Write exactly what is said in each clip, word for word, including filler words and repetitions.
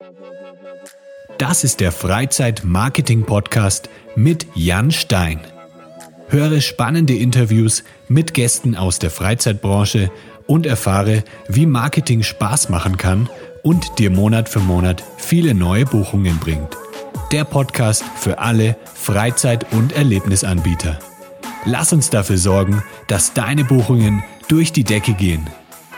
Das ist der Freizeit-Marketing-Podcast mit Jan Stein. Höre spannende Interviews mit Gästen aus der Freizeitbranche und erfahre, wie Marketing Spaß machen kann und dir Monat für Monat viele neue Buchungen bringt. Der Podcast für alle Freizeit- und Erlebnisanbieter. Lass uns dafür sorgen, dass deine Buchungen durch die Decke gehen.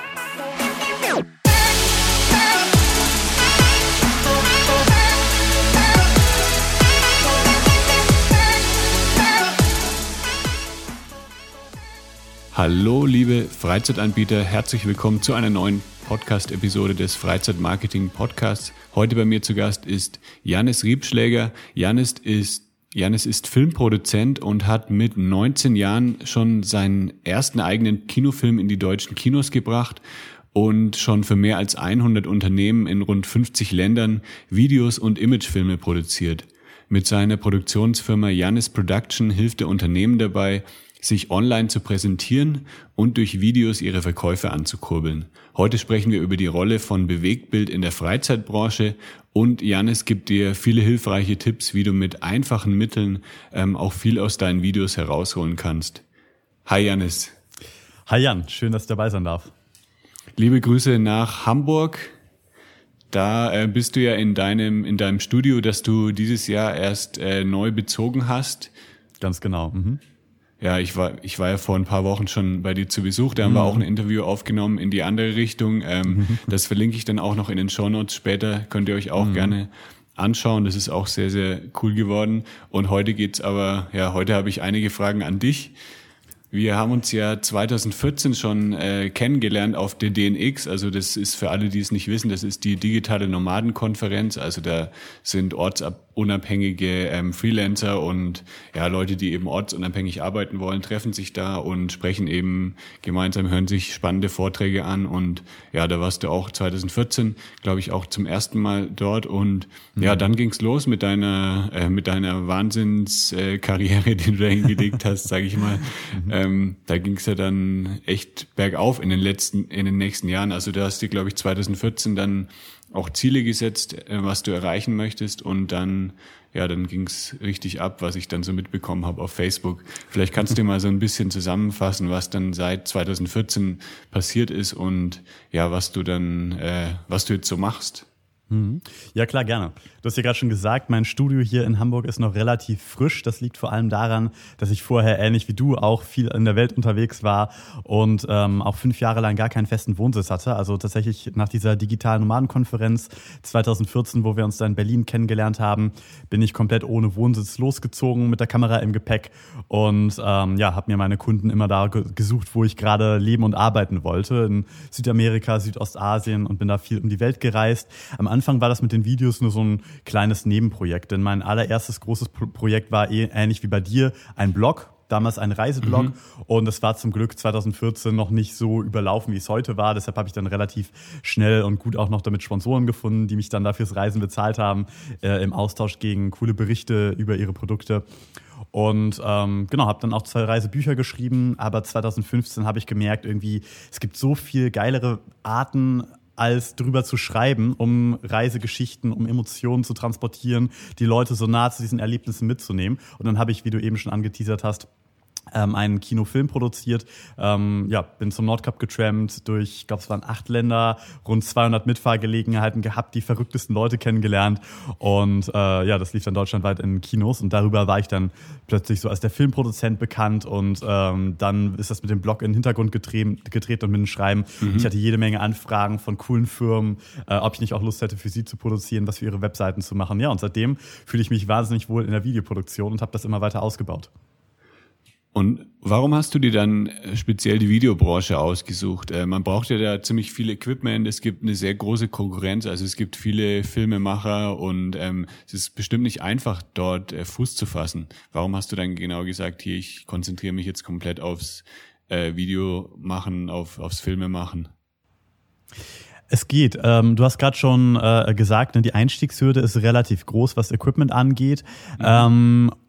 Hallo liebe Freizeitanbieter, herzlich willkommen zu einer neuen Podcast-Episode des Freizeit-Marketing-Podcasts. Heute bei mir zu Gast ist Jannis Riebschläger. Jannis ist, Jannis ist Filmproduzent und hat mit neunzehn Jahren schon seinen ersten eigenen Kinofilm in die deutschen Kinos gebracht und schon für mehr als hundert Unternehmen in rund fünfzig Ländern Videos und Imagefilme produziert. Mit seiner Produktionsfirma Jannis Production hilft der Unternehmen dabei, sich online zu präsentieren und durch Videos ihre Verkäufe anzukurbeln. Heute sprechen wir über die Rolle von Bewegtbild in der Freizeitbranche und Jannis gibt dir viele hilfreiche Tipps, wie du mit einfachen Mitteln ähm, auch viel aus deinen Videos herausholen kannst. Hi Jannis. Hi Jan, schön, dass ich dabei sein darf. Liebe Grüße nach Hamburg. Da äh, bist du ja in deinem, in deinem Studio, das du dieses Jahr erst äh, neu bezogen hast. Ganz genau. Mhm. Ja, ich war ich war ja vor ein paar Wochen schon bei dir zu Besuch, da haben mhm. wir auch ein Interview aufgenommen in die andere Richtung. Ähm, mhm. Das verlinke ich dann auch noch in den Shownotes später, könnt ihr euch auch mhm. gerne anschauen. Das ist auch sehr, sehr cool geworden. Und heute geht's aber, ja, heute habe ich einige Fragen an dich. Wir haben uns ja zwanzig vierzehn schon äh, kennengelernt auf der D N X, also das ist für alle, die es nicht wissen, das ist die digitale Nomadenkonferenz, also da sind ortsunabhängige ähm, Freelancer und ja Leute, die eben ortsunabhängig arbeiten wollen, treffen sich da und sprechen eben gemeinsam, hören sich spannende Vorträge an und ja, da warst du auch zwanzig vierzehn, glaube ich, auch zum ersten Mal dort und mhm. ja, dann ging's los mit deiner äh, mit deiner Wahnsinnskarriere, äh, die du da hingelegt hast, sage ich mal. Mhm. Ähm, da ging es ja dann echt bergauf in den letzten, in den nächsten Jahren. Also da hast du, glaube ich, zwanzig vierzehn dann auch Ziele gesetzt, äh, was du erreichen möchtest und dann, ja, dann ging es richtig ab, was ich dann so mitbekommen habe auf Facebook. Vielleicht kannst du mal so ein bisschen zusammenfassen, was dann seit zwanzig vierzehn passiert ist und ja, was du dann, äh, was du jetzt so machst. Ja, klar, gerne. Du hast ja gerade schon gesagt, mein Studio hier in Hamburg ist noch relativ frisch. Das liegt vor allem daran, dass ich vorher ähnlich wie du auch viel in der Welt unterwegs war und ähm, auch fünf Jahre lang gar keinen festen Wohnsitz hatte. Also tatsächlich nach dieser digitalen Nomadenkonferenz zwanzig vierzehn, wo wir uns da in Berlin kennengelernt haben, bin ich komplett ohne Wohnsitz losgezogen mit der Kamera im Gepäck und ähm, ja, habe mir meine Kunden immer da ge- gesucht, wo ich gerade leben und arbeiten wollte. In Südamerika, Südostasien und bin da viel um die Welt gereist. Am Anfang war das mit den Videos nur so ein kleines Nebenprojekt, denn mein allererstes großes Pro- Projekt war eh ähnlich wie bei dir, ein Blog, damals ein Reiseblog mhm. und es war zum Glück zwanzig vierzehn noch nicht so überlaufen, wie es heute war, deshalb habe ich dann relativ schnell und gut auch noch damit Sponsoren gefunden, die mich dann dafür fürs Reisen bezahlt haben, äh, im Austausch gegen coole Berichte über ihre Produkte. Und ähm, genau, habe dann auch zwei Reisebücher geschrieben, aber zwanzig fünfzehn habe ich gemerkt, irgendwie, es gibt so viel geilere Arten, als drüber zu schreiben, um Reisegeschichten, um Emotionen zu transportieren, die Leute so nah zu diesen Erlebnissen mitzunehmen. Und dann habe ich, wie du eben schon angeteasert hast, ähm, einen Kinofilm produziert. Ähm, ja, bin zum Nordkap getrampt durch, ich glaube, es waren acht Länder, rund zweihundert Mitfahrgelegenheiten gehabt, die verrücktesten Leute kennengelernt. Und äh, ja, das lief dann deutschlandweit in Kinos. Und darüber war ich dann plötzlich so als der Filmproduzent bekannt. Und ähm, dann ist das mit dem Blog in den Hintergrund gedreht, gedreht und mit dem Schreiben. Mhm. Ich hatte jede Menge Anfragen von coolen Firmen, äh, ob ich nicht auch Lust hätte, für sie zu produzieren, was für ihre Webseiten zu machen. Ja, und seitdem fühle ich mich wahnsinnig wohl in der Videoproduktion und habe das immer weiter ausgebaut. Und warum hast du dir dann speziell die Videobranche ausgesucht? Äh, man braucht ja da ziemlich viel Equipment, es gibt eine sehr große Konkurrenz, also es gibt viele Filmemacher und ähm, es ist bestimmt nicht einfach, dort äh, Fuß zu fassen. Warum hast du dann genau gesagt, hier, ich konzentriere mich jetzt komplett aufs äh, Video machen, auf, aufs Filme machen? Es geht. Ähm, du hast gerade schon äh, gesagt, ne, die Einstiegshürde ist relativ groß, was Equipment angeht. Mhm. Ähm,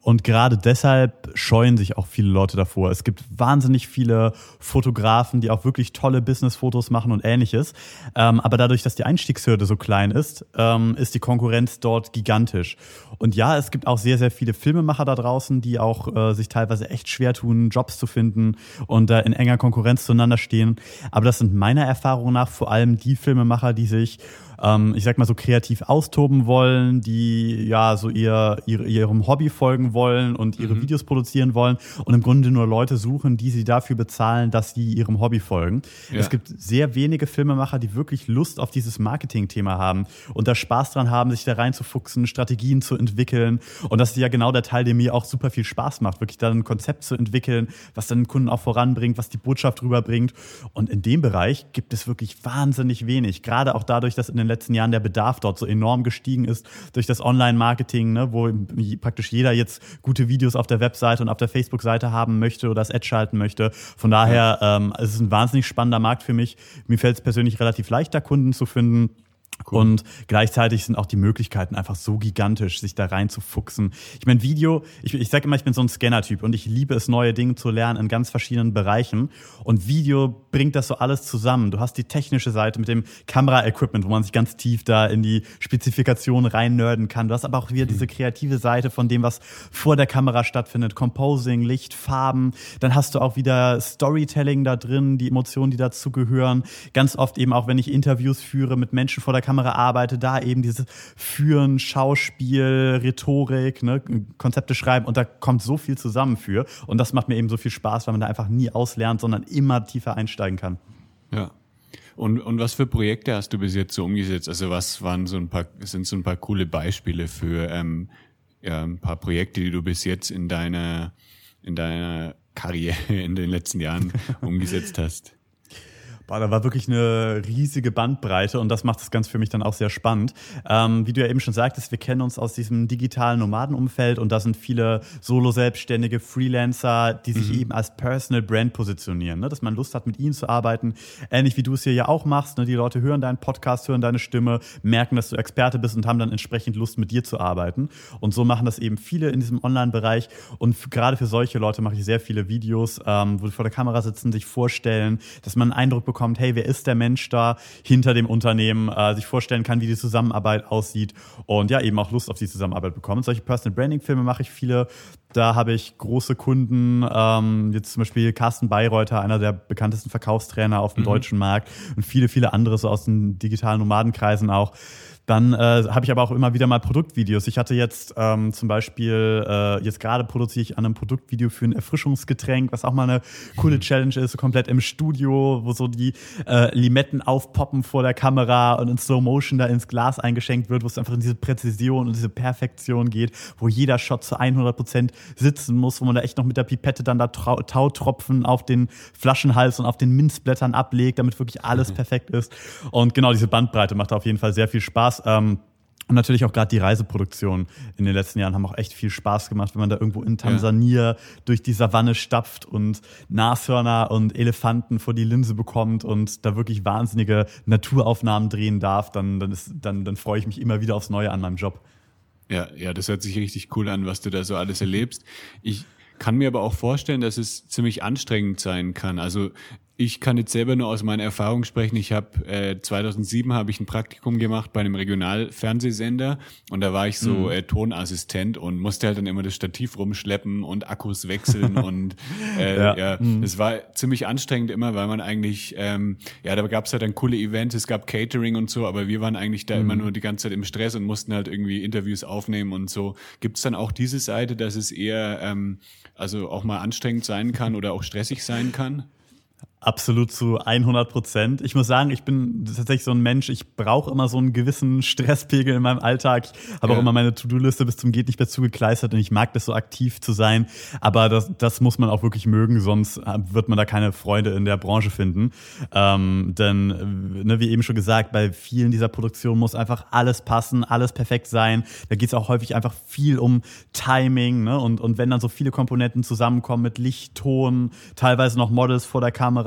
Und gerade deshalb scheuen sich auch viele Leute davor. Es gibt wahnsinnig viele Fotografen, die auch wirklich tolle Business-Fotos machen und Ähnliches. Ähm, aber dadurch, dass die Einstiegshürde so klein ist, ähm, ist die Konkurrenz dort gigantisch. Und ja, es gibt auch sehr, sehr viele Filmemacher da draußen, die auch äh, sich teilweise echt schwer tun, Jobs zu finden und äh, in enger Konkurrenz zueinander stehen. Aber das sind meiner Erfahrung nach vor allem die Filmemacher, die sich ähm, ich sag mal so kreativ austoben wollen, die ja so ihr, ihr ihrem Hobby folgen wollen und ihre mhm. Videos produzieren wollen und im Grunde nur Leute suchen, die sie dafür bezahlen, dass sie ihrem Hobby folgen. Ja. Es gibt sehr wenige Filmemacher, die wirklich Lust auf dieses Marketing-Thema haben und da Spaß dran haben, sich da reinzufuchsen, Strategien zu entwickeln. Und das ist ja genau der Teil, der mir auch super viel Spaß macht, wirklich dann ein Konzept zu entwickeln, was dann den Kunden auch voranbringt, was die Botschaft rüberbringt. Und in dem Bereich gibt es wirklich wahnsinnig wenig. Gerade auch dadurch, dass in den letzten Jahren der Bedarf dort so enorm gestiegen ist durch das Online-Marketing, ne, wo praktisch jeder jetzt gute Videos auf der Webseite und auf der Facebook-Seite haben möchte oder das Ad schalten möchte. Von daher ja. ähm, es ist ein wahnsinnig spannender Markt für mich. Mir fällt es persönlich relativ leicht, da Kunden zu finden. Cool. Und gleichzeitig sind auch die Möglichkeiten einfach so gigantisch, sich da reinzufuchsen. Ich meine, Video, ich, ich sage immer, ich bin so ein Scanner-Typ und ich liebe es, neue Dinge zu lernen in ganz verschiedenen Bereichen. Und Video bringt das so alles zusammen. Du hast die technische Seite mit dem Kamera-Equipment, wo man sich ganz tief da in die Spezifikation reinnörden kann. Du hast aber auch wieder mhm. diese kreative Seite von dem, was vor der Kamera stattfindet. Composing, Licht, Farben. Dann hast du auch wieder Storytelling da drin, die Emotionen, die dazu gehören. Ganz oft eben auch, wenn ich Interviews führe mit Menschen vor der Kamera arbeite, da eben dieses Führen, Schauspiel, Rhetorik, ne, Konzepte schreiben und da kommt so viel zusammen für und das macht mir eben so viel Spaß, weil man da einfach nie auslernt, sondern immer tiefer einsteigen kann. Ja. Und, und was für Projekte hast du bis jetzt so umgesetzt? Also was waren so ein paar, sind so ein paar coole Beispiele für ähm, ja, ein paar Projekte, die du bis jetzt in deiner, in deiner Karriere in den letzten Jahren umgesetzt hast? Boah, da war wirklich eine riesige Bandbreite und das macht das Ganze für mich dann auch sehr spannend. Ähm, wie du ja eben schon sagtest, wir kennen uns aus diesem digitalen Nomadenumfeld und da sind viele Solo-Selbstständige, Freelancer, die sich mhm. eben als Personal Brand positionieren, ne? Dass man Lust hat, mit ihnen zu arbeiten. Ähnlich wie du es hier ja auch machst, ne? Die Leute hören deinen Podcast, hören deine Stimme, merken, dass du Experte bist und haben dann entsprechend Lust, mit dir zu arbeiten. Und so machen das eben viele in diesem Online-Bereich und f- gerade für solche Leute mache ich sehr viele Videos, ähm, wo die vor der Kamera sitzen, sich vorstellen, dass man einen Eindruck bekommt, kommt, hey, wer ist der Mensch da hinter dem Unternehmen, äh, sich vorstellen kann, wie die Zusammenarbeit aussieht und ja, eben auch Lust auf die Zusammenarbeit bekommen. Solche Personal Branding Filme mache ich viele. Da habe ich große Kunden, ähm, jetzt zum Beispiel Carsten Bayreuther, einer der bekanntesten Verkaufstrainer auf dem mhm. deutschen Markt und viele, viele andere so aus den digitalen Nomadenkreisen auch. Dann äh, habe ich aber auch immer wieder mal Produktvideos. Ich hatte jetzt ähm, zum Beispiel, äh, jetzt gerade produziere ich an einem Produktvideo für ein Erfrischungsgetränk, was auch mal eine coole Challenge ist, so komplett im Studio, wo so die äh, Limetten aufpoppen vor der Kamera und in Slow Motion da ins Glas eingeschenkt wird, wo es einfach in diese Präzision und diese Perfektion geht, wo jeder Shot zu hundert Prozent sitzen muss, wo man da echt noch mit der Pipette dann da Trau- Tautropfen auf den Flaschenhals und auf den Minzblättern ablegt, damit wirklich alles mhm. perfekt ist. Und genau diese Bandbreite macht auf jeden Fall sehr viel Spaß. Ähm, und natürlich auch gerade die Reiseproduktionen in den letzten Jahren haben auch echt viel Spaß gemacht, wenn man da irgendwo in Tansania ja. durch die Savanne stapft und Nashörner und Elefanten vor die Linse bekommt und da wirklich wahnsinnige Naturaufnahmen drehen darf, dann, dann, ist, dann, dann freue ich mich immer wieder aufs Neue an meinem Job. Ja, ja, das hört sich richtig cool an, was du da so alles erlebst. Ich kann mir aber auch vorstellen, dass es ziemlich anstrengend sein kann. Also ich kann jetzt selber nur aus meiner Erfahrung sprechen. Ich habe äh, zweitausendsieben habe ich ein Praktikum gemacht bei einem Regionalfernsehsender und da war ich so mhm. äh, Tonassistent und musste halt dann immer das Stativ rumschleppen und Akkus wechseln und äh, ja, ja mhm. es war ziemlich anstrengend immer, weil man eigentlich ähm, ja, da gab es halt dann coole Events, es gab Catering und so, aber wir waren eigentlich da mhm. immer nur die ganze Zeit im Stress und mussten halt irgendwie Interviews aufnehmen und so. Gibt's dann auch diese Seite, dass es eher ähm, also auch mal anstrengend sein kann oder auch stressig sein kann? Absolut zu hundert Prozent. Ich muss sagen, ich bin tatsächlich so ein Mensch, ich brauche immer so einen gewissen Stresspegel in meinem Alltag. Ich habe ja. auch immer meine To-Do-Liste bis zum geht nicht mehr zugekleistert und ich mag das so aktiv zu sein. Aber das, das muss man auch wirklich mögen, sonst wird man da keine Freunde in der Branche finden. Ähm, denn, ne, wie eben schon gesagt, bei vielen dieser Produktionen muss einfach alles passen, alles perfekt sein. Da geht es auch häufig einfach viel um Timing, ne? Und, und wenn dann so viele Komponenten zusammenkommen mit Licht, Ton, teilweise noch Models vor der Kamera,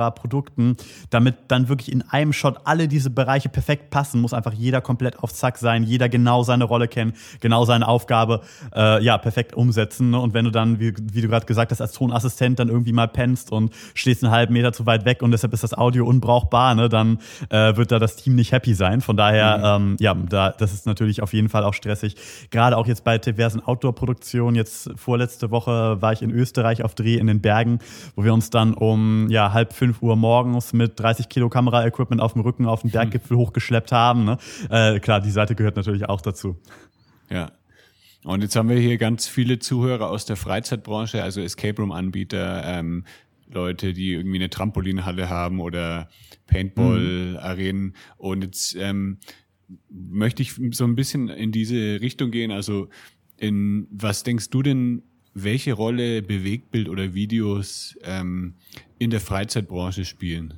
Kameraprodukten, damit dann wirklich in einem Shot alle diese Bereiche perfekt passen, muss einfach jeder komplett auf Zack sein, jeder genau seine Rolle kennen, genau seine Aufgabe äh, ja perfekt umsetzen. Und wenn du dann, wie, wie du gerade gesagt hast, als Tonassistent dann irgendwie mal pennst und stehst einen halben Meter zu weit weg und deshalb ist das Audio unbrauchbar, ne, dann äh, wird da das Team nicht happy sein. Von daher, mhm. ähm, ja, da, das ist natürlich auf jeden Fall auch stressig. Gerade auch jetzt bei diversen Outdoor-Produktionen. Jetzt vorletzte Woche war ich in Österreich auf Dreh in den Bergen, wo wir uns dann um ja, halb fünf Uhr morgens mit dreißig Kilo Kamera-Equipment auf dem Rücken auf den Berggipfel mhm. hochgeschleppt haben. Ne? Äh, klar, die Seite gehört natürlich auch dazu. Ja. Und jetzt haben wir hier ganz viele Zuhörer aus der Freizeitbranche, also Escape Room-Anbieter, ähm, Leute, die irgendwie eine Trampolinhalle haben oder Paintball-Arenen. Mhm. Und jetzt ähm, möchte ich so ein bisschen in diese Richtung gehen. Also in was denkst du denn, welche Rolle Bewegtbild oder Videos ähm, in der Freizeitbranche spielen?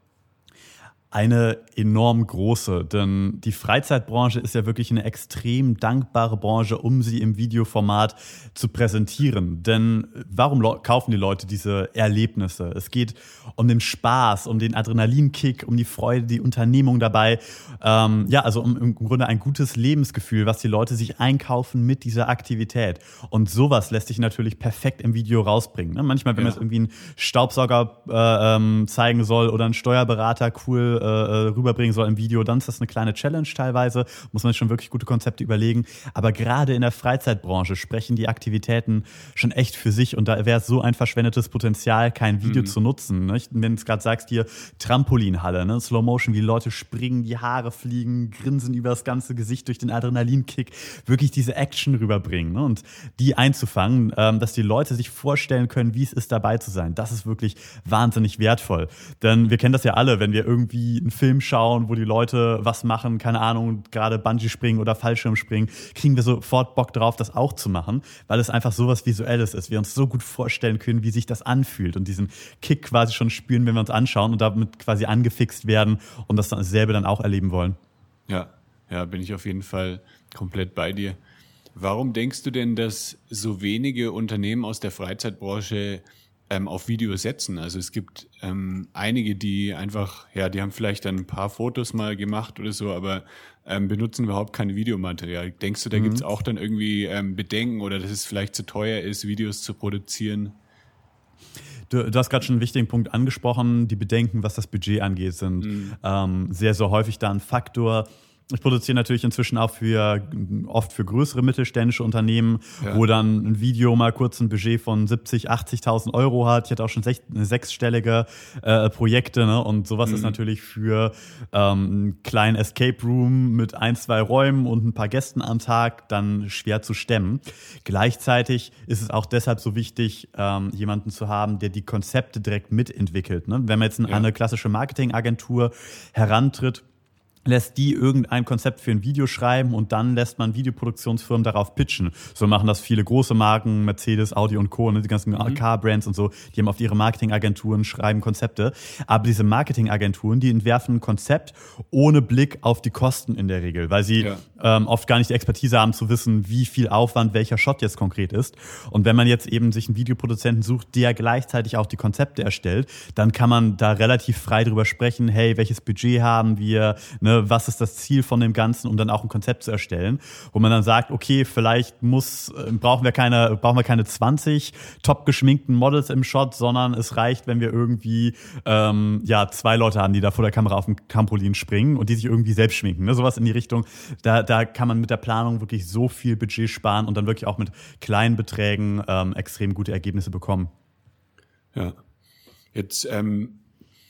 Eine enorm große, denn die Freizeitbranche ist ja wirklich eine extrem dankbare Branche, um sie im Videoformat zu präsentieren. Denn warum lo- kaufen die Leute diese Erlebnisse? Es geht um den Spaß, um den Adrenalinkick, um die Freude, die Unternehmung dabei. Ähm, ja, also um im Grunde ein gutes Lebensgefühl, was die Leute sich einkaufen mit dieser Aktivität. Und sowas lässt sich natürlich perfekt im Video rausbringen. Ne? Manchmal, wenn ja. man jetzt irgendwie einen Staubsauger äh, ähm, zeigen soll oder einen Steuerberater cool äh, rüberbringen soll im Video, dann ist das eine kleine Challenge teilweise, muss man sich schon wirklich gute Konzepte überlegen, aber gerade in der Freizeitbranche sprechen die Aktivitäten schon echt für sich und da wäre es so ein verschwendetes Potenzial, kein Video mhm. zu nutzen. Ne? Wenn du es gerade sagst, hier Trampolinhalle, ne? Slow Motion, wie die Leute springen, die Haare fliegen, grinsen über das ganze Gesicht durch den Adrenalinkick, wirklich diese Action rüberbringen, ne? Und die einzufangen, ähm, dass die Leute sich vorstellen können, wie es ist, dabei zu sein, das ist wirklich wahnsinnig wertvoll. Denn wir kennen das ja alle, wenn wir irgendwie einen Film schauen, wo die Leute was machen, keine Ahnung, gerade Bungee springen oder Fallschirmspringen, kriegen wir sofort Bock drauf, das auch zu machen, weil es einfach sowas Visuelles ist. Wir uns so gut vorstellen können, wie sich das anfühlt und diesen Kick quasi schon spüren, wenn wir uns anschauen und damit quasi angefixt werden und das dann selber dann auch erleben wollen. Ja, ja, bin ich auf jeden Fall komplett bei dir. Warum denkst du denn, dass so wenige Unternehmen aus der Freizeitbranche Ähm, auf Video setzen? Also es gibt ähm, einige, die einfach, ja, die haben vielleicht dann ein paar Fotos mal gemacht oder so, aber ähm, benutzen überhaupt kein Videomaterial. Denkst du, da mhm. gibt's auch dann irgendwie ähm, Bedenken oder dass es vielleicht zu teuer ist, Videos zu produzieren? Du, du hast gerade schon einen wichtigen Punkt angesprochen. Die Bedenken, was das Budget angeht, sind mhm. ähm, sehr, sehr häufig da ein Faktor. Ich produziere natürlich inzwischen auch für oft für größere mittelständische Unternehmen, ja. wo dann ein Video mal kurz ein Budget von siebzig, achtzigtausend Euro hat. Ich hatte auch schon sech, sechsstellige äh, Projekte, ne? Und sowas mhm. ist natürlich für ähm, einen kleinen Escape Room mit ein, zwei Räumen und ein paar Gästen am Tag dann schwer zu stemmen. Gleichzeitig ist es auch deshalb so wichtig, ähm, jemanden zu haben, der die Konzepte direkt mitentwickelt. Ne? Wenn man jetzt an ja. eine klassische Marketingagentur herantritt, lässt die irgendein Konzept für ein Video schreiben und dann lässt man Videoproduktionsfirmen darauf pitchen. So machen das viele große Marken, Mercedes, Audi und Co., ne, die ganzen mhm. Car-Brands und so, die haben auf ihre Marketingagenturen, schreiben Konzepte. Aber diese Marketingagenturen, die entwerfen ein Konzept ohne Blick auf die Kosten in der Regel, weil sie ja. ähm, oft gar nicht die Expertise haben zu wissen, wie viel Aufwand welcher Shot jetzt konkret ist. Und wenn man jetzt eben sich einen Videoproduzenten sucht, der gleichzeitig auch die Konzepte erstellt, dann kann man da relativ frei drüber sprechen, hey, welches Budget haben wir, ne, was ist das Ziel von dem Ganzen, um dann auch ein Konzept zu erstellen, wo man dann sagt, okay, vielleicht muss, brauchen wir keine, brauchen wir keine zwanzig top geschminkten Models im Shot, sondern es reicht, wenn wir irgendwie ähm, ja zwei Leute haben, die da vor der Kamera auf dem Trampolin springen und die sich irgendwie selbst schminken. Ne? Sowas in die Richtung, da, da kann man mit der Planung wirklich so viel Budget sparen und dann wirklich auch mit kleinen Beträgen ähm, extrem gute Ergebnisse bekommen. Ja, jetzt ähm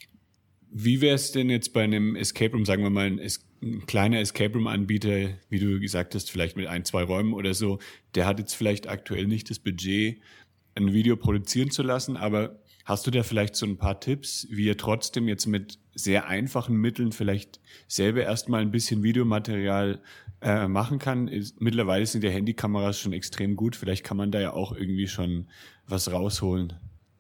wie wäre es denn jetzt bei einem Escape Room, sagen wir mal, ein, es- ein kleiner Escape Room-Anbieter, wie du gesagt hast, vielleicht mit ein, zwei Räumen oder so, der hat jetzt vielleicht aktuell nicht das Budget, ein Video produzieren zu lassen, aber hast du da vielleicht so ein paar Tipps, wie er trotzdem jetzt mit sehr einfachen Mitteln vielleicht selber erstmal ein bisschen Videomaterial äh, machen kann? Ist, mittlerweile sind ja Handykameras schon extrem gut, vielleicht kann man da ja auch irgendwie schon was rausholen.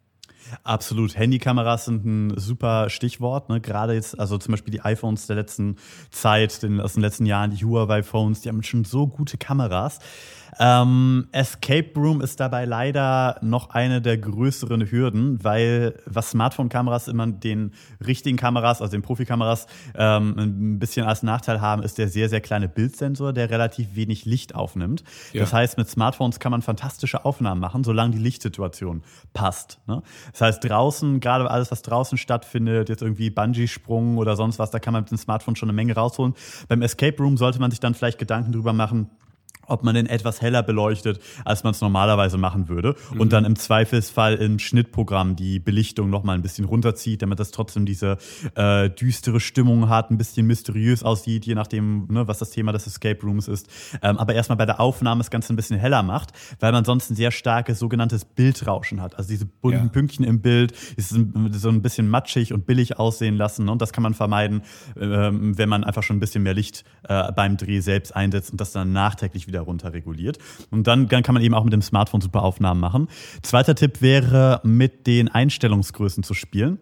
Absolut. Handykameras sind ein super Stichwort, ne? Gerade jetzt, also zum Beispiel die iPhones der letzten Zeit, den, aus den letzten Jahren, die Huawei-Phones, die haben schon so gute Kameras. Ähm, Escape Room ist dabei leider noch eine der größeren Hürden, weil was Smartphone-Kameras immer den richtigen Kameras, also den Profikameras, ähm, ein bisschen als Nachteil haben, ist der sehr, sehr kleine Bildsensor, der relativ wenig Licht aufnimmt. Ja. Das heißt, mit Smartphones kann man fantastische Aufnahmen machen, solange die Lichtsituation passt. Ne? Das heißt, draußen, gerade alles, was draußen stattfindet, jetzt irgendwie Bungee-Sprung oder sonst was, da kann man mit dem Smartphone schon eine Menge rausholen. Beim Escape Room sollte man sich dann vielleicht Gedanken drüber machen, ob man den etwas heller beleuchtet, als man es normalerweise machen würde. Mhm. Und dann im Zweifelsfall im Schnittprogramm die Belichtung noch mal ein bisschen runterzieht, damit das trotzdem diese äh, düstere Stimmung hat, ein bisschen mysteriös aussieht, je nachdem, ne, was das Thema des Escape Rooms ist. Ähm, aber erstmal bei der Aufnahme das Ganze ein bisschen heller macht, weil man sonst ein sehr starkes sogenanntes Bildrauschen hat. Also diese bunten ja. Pünktchen im Bild ist so ein bisschen matschig und billig aussehen lassen. Ne? Und das kann man vermeiden, äh, wenn man einfach schon ein bisschen mehr Licht äh, beim Dreh selbst einsetzt und das dann nachträglich wieder runter reguliert. Und dann, dann kann man eben auch mit dem Smartphone super Aufnahmen machen. Zweiter Tipp wäre, mit den Einstellungsgrößen zu spielen.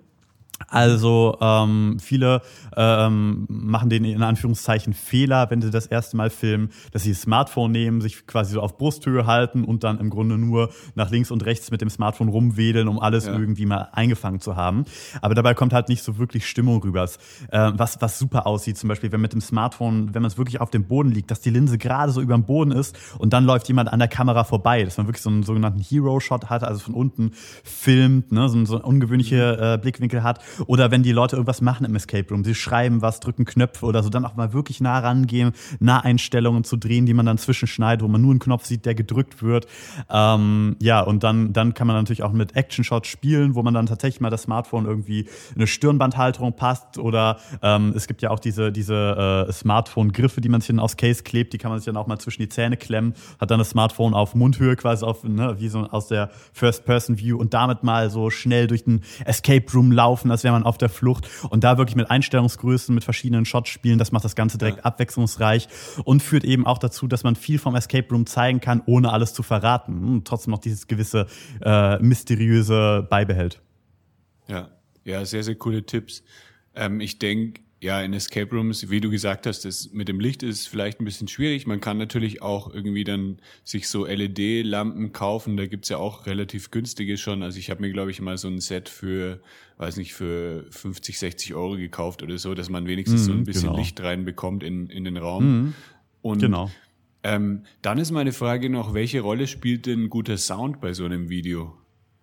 Also ähm, viele ähm, machen den in Anführungszeichen Fehler, wenn sie das erste Mal filmen, dass sie das Smartphone nehmen, sich quasi so auf Brusthöhe halten und dann im Grunde nur nach links und rechts mit dem Smartphone rumwedeln, um alles ja. irgendwie mal eingefangen zu haben. Aber dabei kommt halt nicht so wirklich Stimmung rüber. Äh, was, was super aussieht, zum Beispiel, wenn mit dem Smartphone, wenn man es wirklich auf dem Boden liegt, dass die Linse gerade so über dem Boden ist und dann läuft jemand an der Kamera vorbei, dass man wirklich so einen sogenannten Hero-Shot hat, also von unten filmt, ne, so, so ungewöhnliche äh, Blickwinkel hat. Oder wenn die Leute irgendwas machen im Escape Room, sie schreiben was, drücken Knöpfe oder so, dann auch mal wirklich nah rangehen, Naheinstellungen zu drehen, die man dann zwischenschneidet, wo man nur einen Knopf sieht, der gedrückt wird. Ähm, ja, und dann, dann kann man natürlich auch mit Action-Shots spielen, wo man dann tatsächlich mal das Smartphone irgendwie in eine Stirnbandhalterung passt oder ähm, es gibt ja auch diese, diese äh, Smartphone-Griffe, die man sich dann aufs Case klebt, die kann man sich dann auch mal zwischen die Zähne klemmen, hat dann das Smartphone auf Mundhöhe quasi, auf, ne, wie so aus der First-Person-View und damit mal so schnell durch den Escape Room laufen, als wäre man auf der Flucht und da wirklich mit Einstellungsgrößen, mit verschiedenen Shots spielen, das macht das Ganze direkt ja. abwechslungsreich und führt eben auch dazu, dass man viel vom Escape Room zeigen kann, ohne alles zu verraten und trotzdem noch dieses gewisse äh, mysteriöse beibehält. Ja, ja, sehr, sehr coole Tipps. Ähm, ich denke, ja, in Escape Rooms, wie du gesagt hast, das mit dem Licht ist vielleicht ein bisschen schwierig. Man kann natürlich auch irgendwie dann sich so L E D-Lampen kaufen. Da gibt's ja auch relativ günstige schon. Also ich habe mir, glaube ich, mal so ein Set für, weiß nicht, für fünfzig, sechzig Euro gekauft oder so, dass man wenigstens mm, so ein bisschen genau. Licht reinbekommt in, in den Raum. Mm, Und genau. ähm, dann ist meine Frage noch, welche Rolle spielt denn guter Sound bei so einem Video?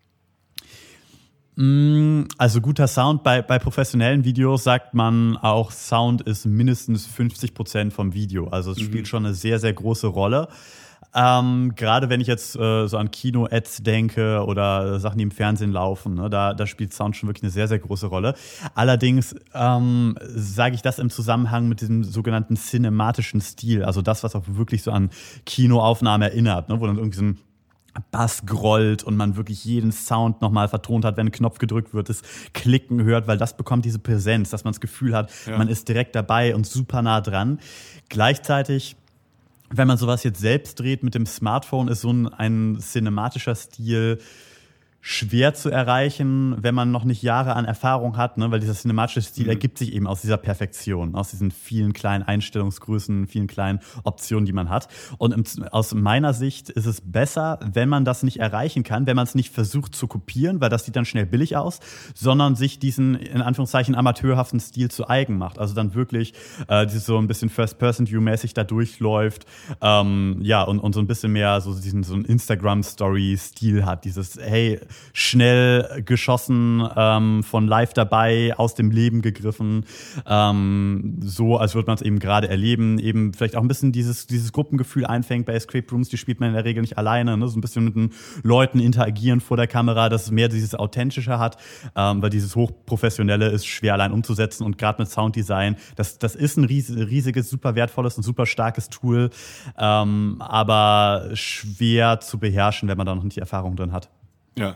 Also guter Sound, bei, bei professionellen Videos sagt man auch, Sound ist mindestens fünfzig Prozent vom Video. Also es mhm. spielt schon eine sehr, sehr große Rolle. Ähm, gerade wenn ich jetzt äh, so an Kino-Ads denke oder Sachen, die im Fernsehen laufen, ne, da, da spielt Sound schon wirklich eine sehr, sehr große Rolle. Allerdings ähm, sage ich das im Zusammenhang mit diesem sogenannten cinematischen Stil, also das, was auch wirklich so an Kinoaufnahmen erinnert, ne, wo dann irgendwie so ein Bass grollt und man wirklich jeden Sound nochmal vertont hat, wenn ein Knopf gedrückt wird, das Klicken hört, weil das bekommt diese Präsenz, dass man das Gefühl hat, ja. man ist direkt dabei und super nah dran. Gleichzeitig, wenn man sowas jetzt selbst dreht mit dem Smartphone, ist so ein, ein cinematischer Stil schwer zu erreichen, wenn man noch nicht Jahre an Erfahrung hat, ne? Weil dieser cinematische Stil mhm. ergibt sich eben aus dieser Perfektion, aus diesen vielen kleinen Einstellungsgrößen, vielen kleinen Optionen, die man hat. Und im, aus meiner Sicht ist es besser, wenn man das nicht erreichen kann, wenn man es nicht versucht zu kopieren, weil das sieht dann schnell billig aus, sondern sich diesen, in Anführungszeichen, amateurhaften Stil zu eigen macht. Also dann wirklich äh, so ein bisschen First-Person-View-mäßig da durchläuft, ähm, ja, und, und so ein bisschen mehr so diesen so einen Instagram-Story-Stil hat, dieses, hey, schnell geschossen, ähm, von live dabei, aus dem Leben gegriffen, ähm, so als würde man es eben gerade erleben, eben vielleicht auch ein bisschen dieses, dieses Gruppengefühl einfängt bei Escape Rooms, die spielt man in der Regel nicht alleine, ne? So ein bisschen mit den Leuten interagieren vor der Kamera, dass es mehr dieses Authentische hat, ähm, weil dieses Hochprofessionelle ist schwer allein umzusetzen und gerade mit Sounddesign, das, das ist ein riesiges, super wertvolles und super starkes Tool, ähm, aber schwer zu beherrschen, wenn man da noch nicht die Erfahrung drin hat. Ja.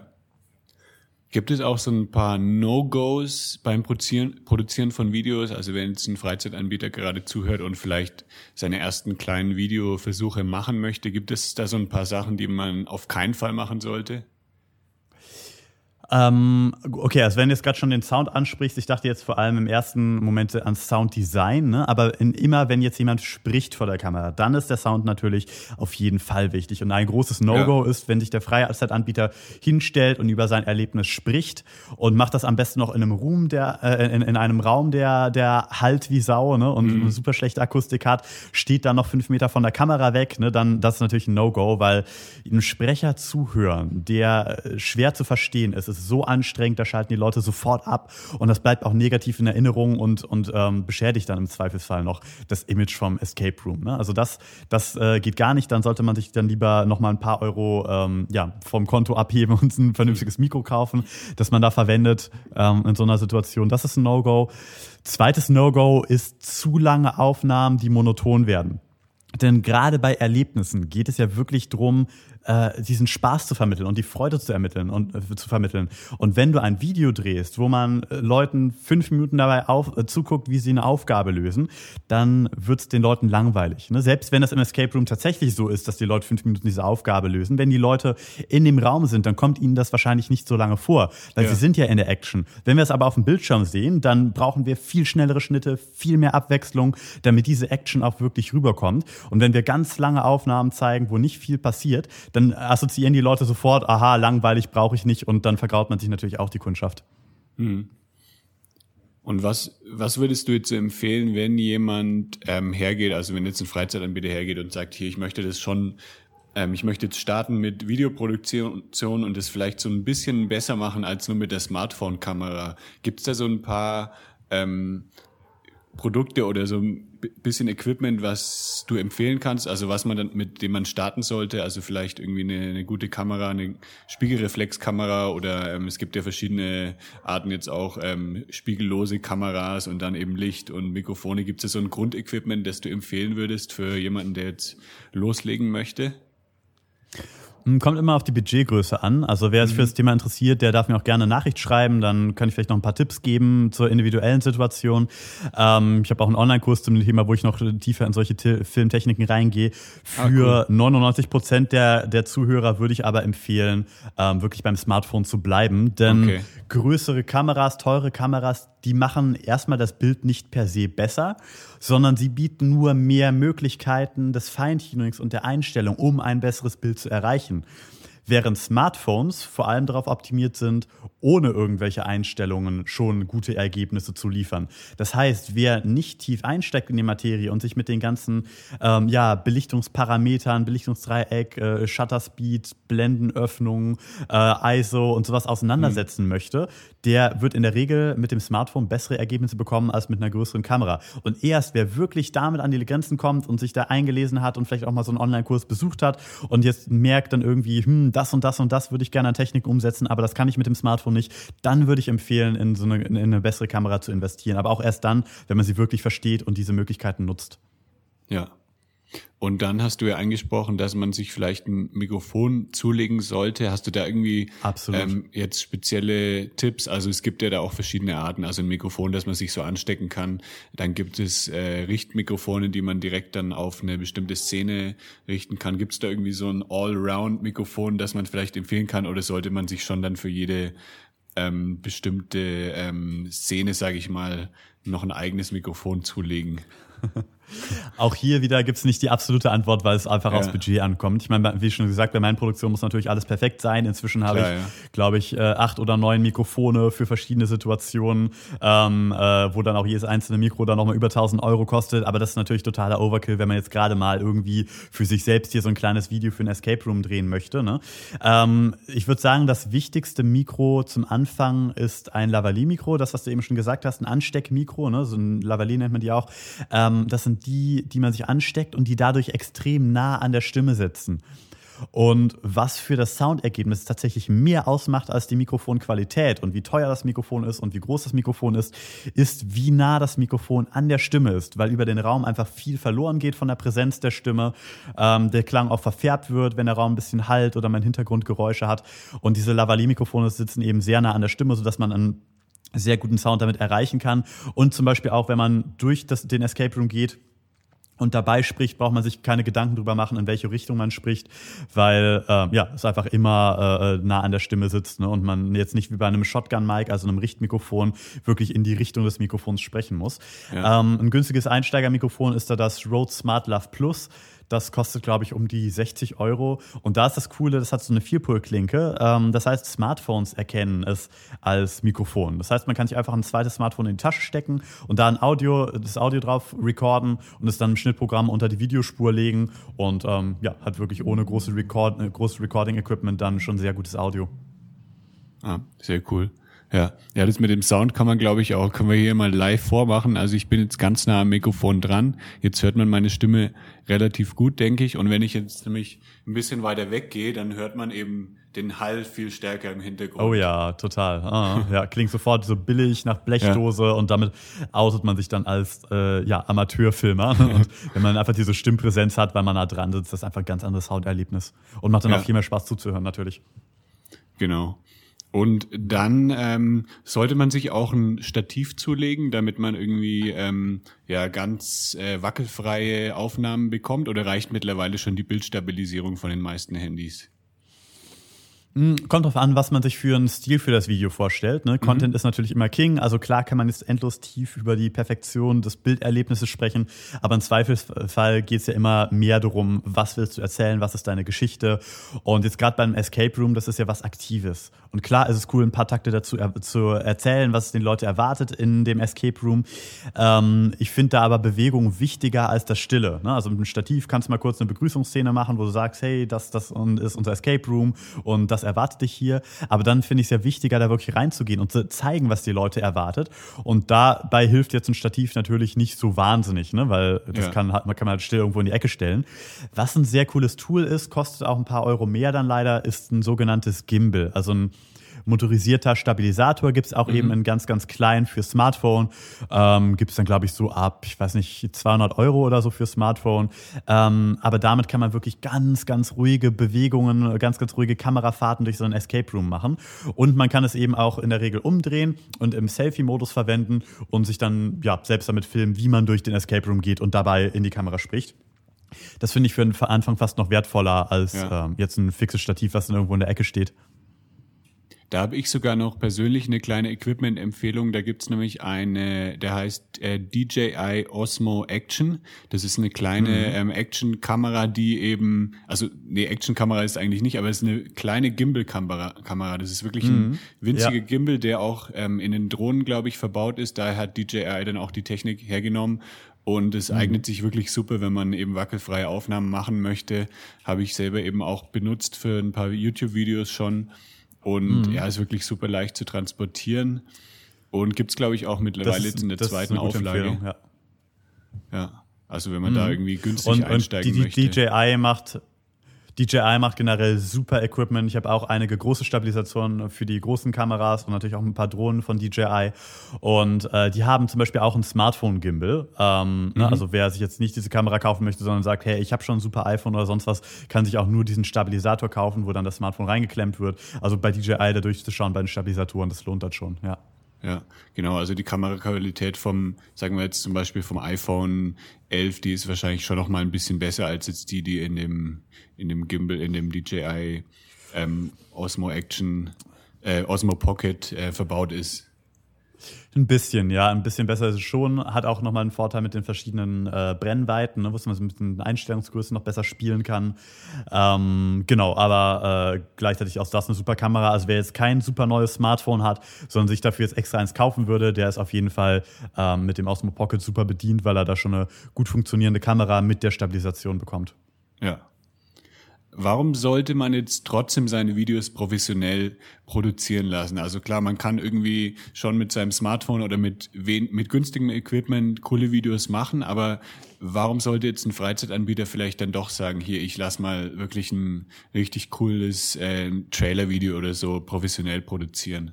Gibt es auch so ein paar No-Gos beim Produzieren, Produzieren von Videos? Also wenn jetzt ein Freizeitanbieter gerade zuhört und vielleicht seine ersten kleinen Videoversuche machen möchte, gibt es da so ein paar Sachen, die man auf keinen Fall machen sollte? Ähm, okay, also wenn du jetzt gerade schon den Sound ansprichst, ich dachte jetzt vor allem im ersten Moment an Sounddesign, ne? Aber in, immer wenn jetzt jemand spricht vor der Kamera, dann ist der Sound natürlich auf jeden Fall wichtig. Und ein großes No-Go ja. ist, wenn sich der Freizeitanbieter hinstellt und über sein Erlebnis spricht und macht das am besten noch in einem Raum, der äh, in, in einem Raum, der der halt wie Sau, ne? Und mhm. eine super schlechte Akustik hat, steht dann noch fünf Meter von der Kamera weg, ne? Dann das ist natürlich ein No-Go, weil einem Sprecher zuhören, der schwer zu verstehen ist, ist so anstrengend, da schalten die Leute sofort ab und das bleibt auch negativ in Erinnerung und, und ähm, beschädigt dann im Zweifelsfall noch das Image vom Escape Room. Ne? Also das, das äh, geht gar nicht, dann sollte man sich dann lieber nochmal ein paar Euro ähm, ja, vom Konto abheben und ein vernünftiges Mikro kaufen, das man da verwendet ähm, in so einer Situation. Das ist ein No-Go. Zweites No-Go ist zu lange Aufnahmen, die monoton werden. Denn gerade bei Erlebnissen geht es ja wirklich drum, äh, diesen Spaß zu vermitteln und die Freude zu ermitteln und äh, zu vermitteln. Und wenn du ein Video drehst, wo man äh, Leuten fünf Minuten dabei auf, äh, zuguckt, wie sie eine Aufgabe lösen, dann wird es den Leuten langweilig. Ne? Selbst wenn das im Escape Room tatsächlich so ist, dass die Leute fünf Minuten diese Aufgabe lösen, wenn die Leute in dem Raum sind, dann kommt ihnen das wahrscheinlich nicht so lange vor, weil ja. sie sind ja in der Action. Wenn wir es aber auf dem Bildschirm sehen, dann brauchen wir viel schnellere Schnitte, viel mehr Abwechslung, damit diese Action auch wirklich rüberkommt. Und wenn wir ganz lange Aufnahmen zeigen, wo nicht viel passiert, dann assoziieren die Leute sofort, aha, langweilig, brauche ich nicht, und dann vergraut man sich natürlich auch die Kundschaft. Hm. Und was, was würdest du jetzt empfehlen, wenn jemand ähm, hergeht, also wenn jetzt ein Freizeitanbieter hergeht und sagt, hier, ich möchte das schon, ähm, ich möchte jetzt starten mit Videoproduktion und das vielleicht so ein bisschen besser machen als nur mit der Smartphone-Kamera. Gibt es da so ein paar ähm, Produkte oder so ein bisschen Equipment, was du empfehlen kannst, also was man dann, mit dem man starten sollte, also vielleicht irgendwie eine, eine gute Kamera, eine Spiegelreflexkamera oder ähm, es gibt ja verschiedene Arten jetzt auch, ähm, spiegellose Kameras und dann eben Licht und Mikrofone. Gibt es da so ein Grundequipment, das du empfehlen würdest für jemanden, der jetzt loslegen möchte? Kommt immer auf die Budgetgröße an. Also wer sich für das Thema interessiert, der darf mir auch gerne eine Nachricht schreiben. Dann kann ich vielleicht noch ein paar Tipps geben zur individuellen Situation. Ähm, ich habe auch einen Online-Kurs zum Thema, wo ich noch tiefer in solche T- Filmtechniken reingehe. Für ah, cool. neunundneunzig Prozent der, der Zuhörer würde ich aber empfehlen, ähm, wirklich beim Smartphone zu bleiben. Denn okay. größere Kameras, teure Kameras, die machen erstmal das Bild nicht per se besser, sondern sie bieten nur mehr Möglichkeiten des Feintunings und der Einstellung, um ein besseres Bild zu erreichen. Während Smartphones vor allem darauf optimiert sind, ohne irgendwelche Einstellungen schon gute Ergebnisse zu liefern. Das heißt, wer nicht tief einsteigt in die Materie und sich mit den ganzen ähm, ja, Belichtungsparametern, Belichtungsdreieck, äh, Shutter Speed, Blendenöffnung, äh, I S O und sowas auseinandersetzen mhm. möchte, der wird in der Regel mit dem Smartphone bessere Ergebnisse bekommen als mit einer größeren Kamera. Und erst wer wirklich damit an die Grenzen kommt und sich da eingelesen hat und vielleicht auch mal so einen Online-Kurs besucht hat und jetzt merkt dann irgendwie, hm, das und das und das würde ich gerne an Technik umsetzen, aber das kann ich mit dem Smartphone nicht, dann würde ich empfehlen, in so eine, in eine bessere Kamera zu investieren. Aber auch erst dann, wenn man sie wirklich versteht und diese Möglichkeiten nutzt. Ja. Und dann hast du ja angesprochen, dass man sich vielleicht ein Mikrofon zulegen sollte. Hast du da irgendwie ähm, jetzt spezielle Tipps? Also es gibt ja da auch verschiedene Arten. Also ein Mikrofon, das man sich so anstecken kann. Dann gibt es äh, Richtmikrofone, die man direkt dann auf eine bestimmte Szene richten kann. Gibt es da irgendwie so ein Allround-Mikrofon, das man vielleicht empfehlen kann? Oder sollte man sich schon dann für jede ähm, bestimmte ähm, Szene, sage ich mal, noch ein eigenes Mikrofon zulegen? Auch hier wieder gibt's nicht die absolute Antwort, weil es einfach ja. aufs Budget ankommt. Ich meine, wie schon gesagt, bei meinen Produktionen muss natürlich alles perfekt sein. Inzwischen habe Klar, ich, ja. glaube ich, acht oder neun Mikrofone für verschiedene Situationen, ähm, äh, wo dann auch jedes einzelne Mikro dann nochmal über tausend Euro kostet. Aber das ist natürlich totaler Overkill, wenn man jetzt gerade mal irgendwie für sich selbst hier so ein kleines Video für ein Escape Room drehen möchte. Ne? Ähm, ich würde sagen, das wichtigste Mikro zum Anfang ist ein Lavalier-Mikro. Das, was du eben schon gesagt hast, ein Ansteckmikro. Ne? So ein Lavalier nennt man die auch. Ähm, das sind die, die man sich ansteckt und die dadurch extrem nah an der Stimme sitzen. Und was für das Soundergebnis tatsächlich mehr ausmacht als die Mikrofonqualität und wie teuer das Mikrofon ist und wie groß das Mikrofon ist, ist, wie nah das Mikrofon an der Stimme ist, weil über den Raum einfach viel verloren geht von der Präsenz der Stimme, ähm, der Klang auch verfärbt wird, wenn der Raum ein bisschen hallt oder man Hintergrundgeräusche hat. Und diese Lavalier-Mikrofone sitzen eben sehr nah an der Stimme, sodass man einen sehr guten Sound damit erreichen kann. Und zum Beispiel auch, wenn man durch das, den Escape Room geht und dabei spricht, braucht man sich keine Gedanken drüber machen, in welche Richtung man spricht, weil äh, ja, es einfach immer äh, nah an der Stimme sitzt, ne? Und man jetzt nicht wie bei einem Shotgun-Mic, also einem Richtmikrofon, wirklich in die Richtung des Mikrofons sprechen muss. Ja. Ähm, ein günstiges Einsteigermikrofon ist da das Rode SmartLav Plus. Das kostet, glaube ich, um die sechzig Euro. Und da ist das Coole, das hat so eine Vierpol-Klinke. Ähm, das heißt, Smartphones erkennen es als Mikrofon. Das heißt, man kann sich einfach ein zweites Smartphone in die Tasche stecken und da ein Audio, das Audio drauf recorden und es dann im Schnittprogramm unter die Videospur legen. Und ähm, ja, hat wirklich ohne große Record, äh, großes Recording-Equipment dann schon sehr gutes Audio. Ah, sehr cool. Ja, ja, das mit dem Sound kann man, glaube ich, auch, können wir hier mal live vormachen. Also ich bin jetzt ganz nah am Mikrofon dran. Jetzt hört man meine Stimme relativ gut, denke ich. Und wenn ich jetzt nämlich ein bisschen weiter weggehe, dann hört man eben den Hall viel stärker im Hintergrund. Oh ja, total. Ah, ja, klingt sofort so billig nach Blechdose ja. Und damit outet man sich dann als äh, ja, Amateurfilmer. Und wenn man einfach diese Stimmpräsenz hat, weil man nah dran sitzt, das ist einfach ein ganz anderes Sounderlebnis. Und macht dann ja. auch viel mehr Spaß zuzuhören, natürlich. Genau. Und dann ähm, sollte man sich auch ein Stativ zulegen, damit man irgendwie ähm, ja ganz äh, wackelfreie Aufnahmen bekommt, oder reicht mittlerweile schon die Bildstabilisierung von den meisten Handys? Kommt drauf an, was man sich für einen Stil für das Video vorstellt. Ne? Content mhm. ist natürlich immer King. Also klar kann man jetzt endlos tief über die Perfektion des Bilderlebnisses sprechen. Aber im Zweifelsfall geht es ja immer mehr darum, was willst du erzählen, was ist deine Geschichte. Und jetzt gerade beim Escape Room, das ist ja was Aktives. Und klar ist es cool, ein paar Takte dazu er- zu erzählen, was es den Leuten erwartet in dem Escape Room. Ähm, ich finde da aber Bewegung wichtiger als das Stille. Ne? Also mit einem Stativ kannst du mal kurz eine Begrüßungsszene machen, wo du sagst, hey, das, das ist unser Escape Room und das erwartet dich hier. Aber dann finde ich es ja wichtiger, da wirklich reinzugehen und zu zeigen, was die Leute erwartet. Und dabei hilft jetzt ein Stativ natürlich nicht so wahnsinnig, ne? Weil das ja. kann, man kann halt still irgendwo in die Ecke stellen. Was ein sehr cooles Tool ist, kostet auch ein paar Euro mehr dann leider, ist ein sogenanntes Gimbal. Also ein motorisierter Stabilisator gibt es auch mhm. eben in ganz, ganz klein für Smartphone. Ähm, gibt es dann, glaube ich, so ab, ich weiß nicht, zweihundert Euro oder so für Smartphone. Ähm, aber damit kann man wirklich ganz, ganz ruhige Bewegungen, ganz, ganz ruhige Kamerafahrten durch so einen Escape Room machen. Und man kann es eben auch in der Regel umdrehen und im Selfie-Modus verwenden und sich dann ja selbst damit filmen, wie man durch den Escape Room geht und dabei in die Kamera spricht. Das finde ich für den Anfang fast noch wertvoller als ja. ähm, jetzt ein fixes Stativ, was dann irgendwo in der Ecke steht. Da habe ich sogar noch persönlich eine kleine Equipment-Empfehlung. Da gibt's nämlich eine, der heißt äh, D J I Osmo Action. Das ist eine kleine mhm. ähm, Action-Kamera, die eben, also nee, Action-Kamera ist eigentlich nicht, aber es ist eine kleine Gimbal-Kamera. Kamera. Das ist wirklich mhm. ein winziger ja. Gimbal, der auch ähm, in den Drohnen, glaube ich, verbaut ist. Daher hat D J I dann auch die Technik hergenommen. Und es mhm. eignet sich wirklich super, wenn man eben wackelfreie Aufnahmen machen möchte. Habe ich selber eben auch benutzt für ein paar YouTube-Videos schon. Und mhm. ja, ist wirklich super leicht zu transportieren. Und gibt's, glaube ich, auch mittlerweile ist, jetzt in der zweiten Auflage. Ja. ja, also wenn man mhm. da irgendwie günstig und, einsteigen und die, möchte. D J I macht, D J I macht generell super Equipment. Ich habe auch einige große Stabilisatoren für die großen Kameras und natürlich auch ein paar Drohnen von D J I. Und äh, die haben zum Beispiel auch ein Smartphone-Gimbal. Ähm, mhm. ne, also wer sich jetzt nicht diese Kamera kaufen möchte, sondern sagt, hey, ich habe schon ein super iPhone oder sonst was, kann sich auch nur diesen Stabilisator kaufen, wo dann das Smartphone reingeklemmt wird. Also bei D J I da durchzuschauen, bei den Stabilisatoren, das lohnt das schon, ja. Ja, genau. Also die Kameraqualität vom, sagen wir jetzt zum Beispiel vom iPhone elf, die ist wahrscheinlich schon noch mal ein bisschen besser als jetzt die, die in dem in dem Gimbal, in dem D J I ähm, Osmo Action, äh, Osmo Pocket äh, verbaut ist. Ein bisschen, ja, ein bisschen besser ist es schon. Hat auch nochmal einen Vorteil mit den verschiedenen äh, Brennweiten, ne, wo man so mit den Einstellungsgrößen noch besser spielen kann. Ähm, genau, aber äh, gleichzeitig auch das eine super Kamera. Also wer jetzt kein super neues Smartphone hat, sondern sich dafür jetzt extra eins kaufen würde, der ist auf jeden Fall ähm, mit dem Osmo Pocket super bedient, weil er da schon eine gut funktionierende Kamera mit der Stabilisation bekommt. Ja. Warum sollte man jetzt trotzdem seine Videos professionell produzieren lassen? Also klar, man kann irgendwie schon mit seinem Smartphone oder mit wen, mit günstigem Equipment coole Videos machen, aber warum sollte jetzt ein Freizeitanbieter vielleicht dann doch sagen, hier, ich lass mal wirklich ein richtig cooles äh, Trailer-Video oder so professionell produzieren?